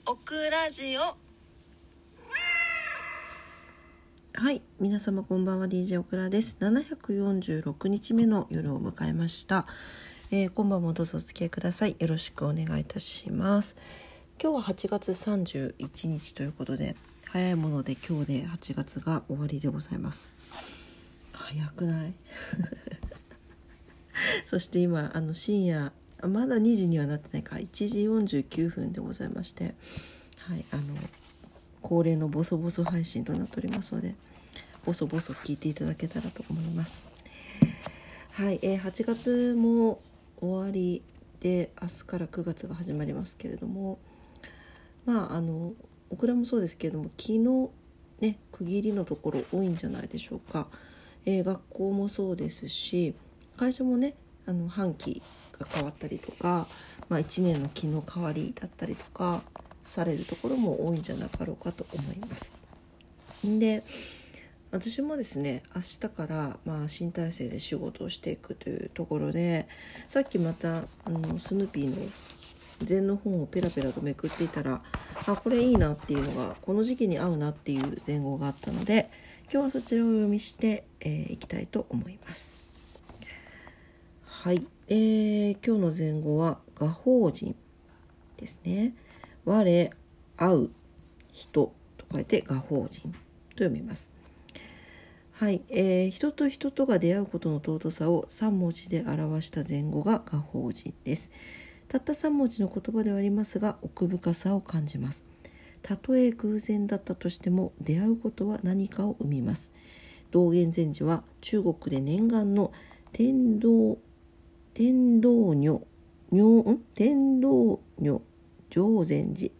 オクラジオ。 はい、皆様こんばんは。 DJ オクラです。746日目の夜を迎えました。今晩もどうぞお付き合いください。よろしくお願いいたします。今日は8月31日ということで、早いもので今日で8月が終わりでございます。早くないそして今深夜まだ2時にはなってないか、1時49分でございまして、はい、恒例のボソボソ配信となっておりますので、ボソボソ聞いていただけたらと思います。はい、8月も終わりで、明日から9月が始まりますけれども、オクラもそうですけれども、昨日ね区切りのところ多いんじゃないでしょうか。学校もそうですし、会社もね半期が変わったりとか、1年の期の変わりだったりとかされるところも多いんじゃなかろうかと思います。で、私もですね、明日から新体制で仕事をしていくというところで、さっきまたスヌーピーの禅の本をペラペラとめくっていたら、これいいなっていうのが、この時期に合うなっていう前後があったので、今日はそちらをお読みしていきたいと思います。はい、今日の前後は画法人ですね。我、会う、人と書いて画法人と読みます。はい、人と人とが出会うことの尊さを3文字で表した前後が画法人です。たった3文字の言葉ではありますが、奥深さを感じます。たとえ偶然だったとしても、出会うことは何かを生みます。道元禅師は中国で念願の天道如上禅寺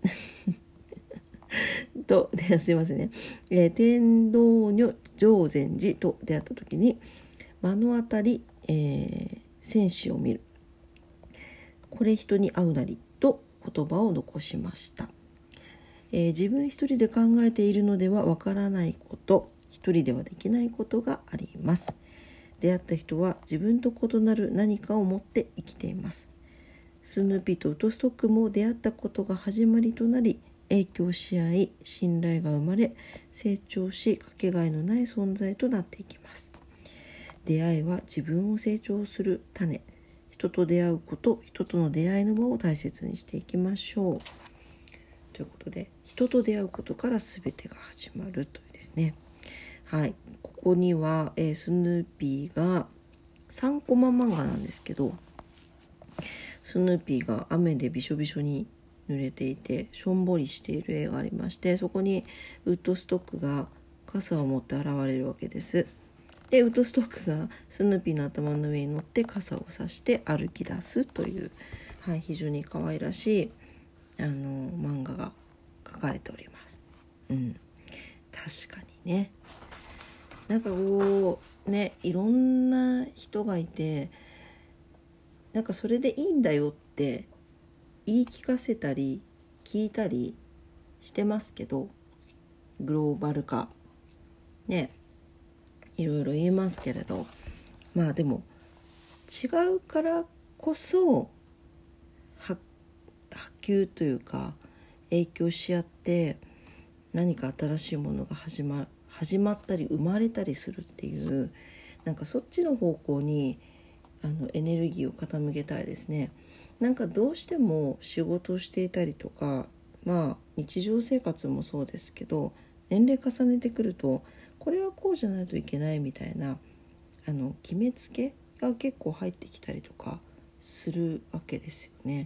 と、すいませんね、天道如上禅寺と出会った時に、目の当たり、戦士を見る、これ人に会うなりと言葉を残しました。自分一人で考えているのではわからないこと、一人ではできないことがあります。出会った人は自分と異なる何かを持って生きています。スヌーピーとウッドストックも出会ったことが始まりとなり、影響し合い、信頼が生まれ、成長し、かけがえのない存在となっていきます。出会いは自分を成長する種。人と出会うこと、人との出会いの場を大切にしていきましょう。ということで、人と出会うことから全てが始まるというですね。はい、ここには、スヌーピーが3コマ漫画なんですけど、スヌーピーが雨でびしょびしょに濡れていてしょんぼりしている絵がありまして、そこにウッドストックが傘を持って現れるわけです。でウッドストックがスヌーピーの頭の上に乗って傘を差して歩き出すという、非常に可愛らしい漫画が描かれております。確かにね、なんかこうね、いろんな人がいて、なんかそれでいいんだよって言い聞かせたり聞いたりしてますけど、グローバル化ね、いろいろ言いますけれど、でも違うからこそ波及というか影響し合って、何か新しいものが始まったり生まれたりするっていう、なんかそっちの方向にエネルギーを傾けたいですね。なんかどうしても仕事をしていたりとか、日常生活もそうですけど、年齢重ねてくるとこれはこうじゃないといけないみたいな決めつけが結構入ってきたりとかするわけですよね。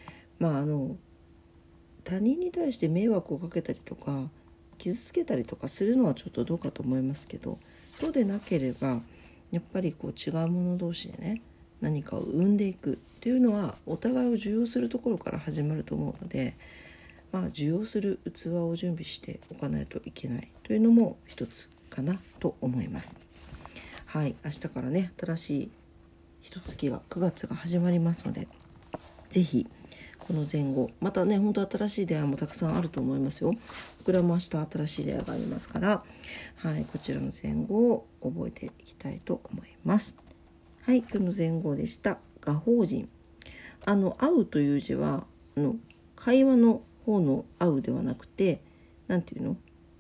他人に対して迷惑をかけたりとか傷つけたりとかするのはちょっとどうかと思いますけど、そうでなければやっぱりこう違うもの同士でね、何かを生んでいくっていうのはお互いを受容するところから始まると思うので、受容する器を準備しておかないといけないというのも一つかなと思います。はい、明日からね新しい一月が9月が始まりますので、ぜひこの前後またね、本当新しい出会いもたくさんあると思いますよ。僕らも明日新しい出会いがありますから、こちらの前後を覚えていきたいと思います。はい、今日の前後でした。画法人、会うという字は会話の方の合うではなくて、なんていうの、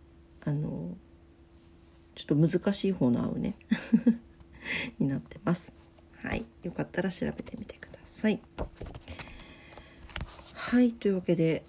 ちょっと難しい方の合うねになってます。はい、よかったら調べてみてください。はい、というわけで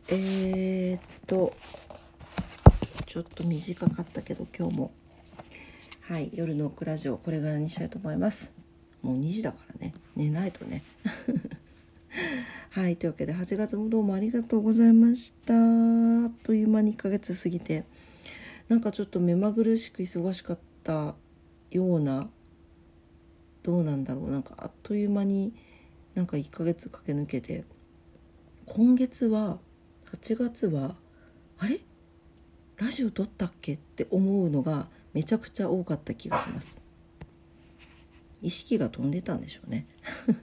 ちょっと短かったけど今日もはい夜のオクラジオこれぐらいにしたいと思います。もう2時だからね、寝ないとねはい、というわけで8月もどうもありがとうございました。あっという間に1ヶ月過ぎて、なんかちょっと目まぐるしく忙しかったような、どうなんだろう、なんかあっという間になんか1ヶ月駆け抜けて、今月は8月はあれラジオ撮ったっけって思うのがめちゃくちゃ多かった気がします。意識が飛んでたんでしょうね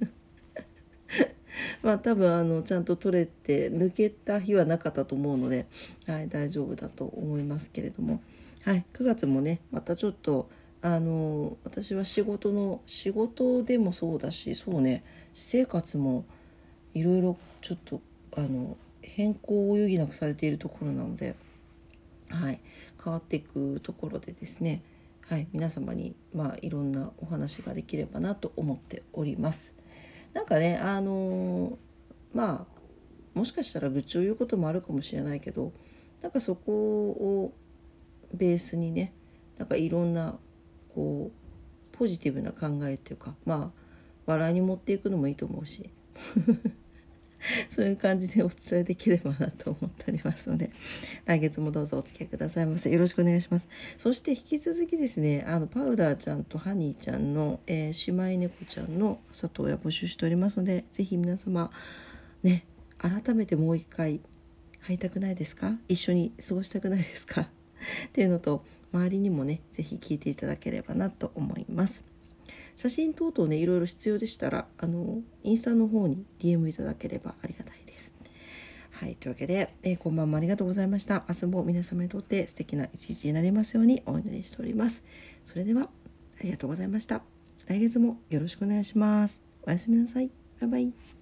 まあ多分ちゃんと取れて抜けた日はなかったと思うので、はい、大丈夫だと思いますけれども、はい、9月もねまたちょっと私は仕事でもそうだし、そうね、私生活もいろいろちょっと変更を余儀なくされているところなので、はい、変わっていくところでですね、はい、皆様にいろんなお話ができればなと思っております。なんかねもしかしたら愚痴を言うこともあるかもしれないけど、なんかそこをベースにね、なんかいろんなこうポジティブな考えっていうか、笑いに持っていくのもいいと思うしそういう感じでお伝えできればなと思っておりますので、来月もどうぞお付き合いくださいませ。よろしくお願いします。そして引き続きですね、パウダーちゃんとハニーちゃんの、姉妹猫ちゃんの里親募集しておりますので、ぜひ皆様ね、改めてもう一回飼いたくないですか？一緒に過ごしたくないですか？っていうのと、周りにもねぜひ聞いていただければなと思います。写真等々ねいろいろ必要でしたらインスタの方に DM いただければありがたいです。はい、というわけで、こんばんもありがとうございました。明日も皆様にとって素敵な一日になりますようにお祈りしております。それではありがとうございました。来月もよろしくお願いします。おやすみなさい。バイバイ。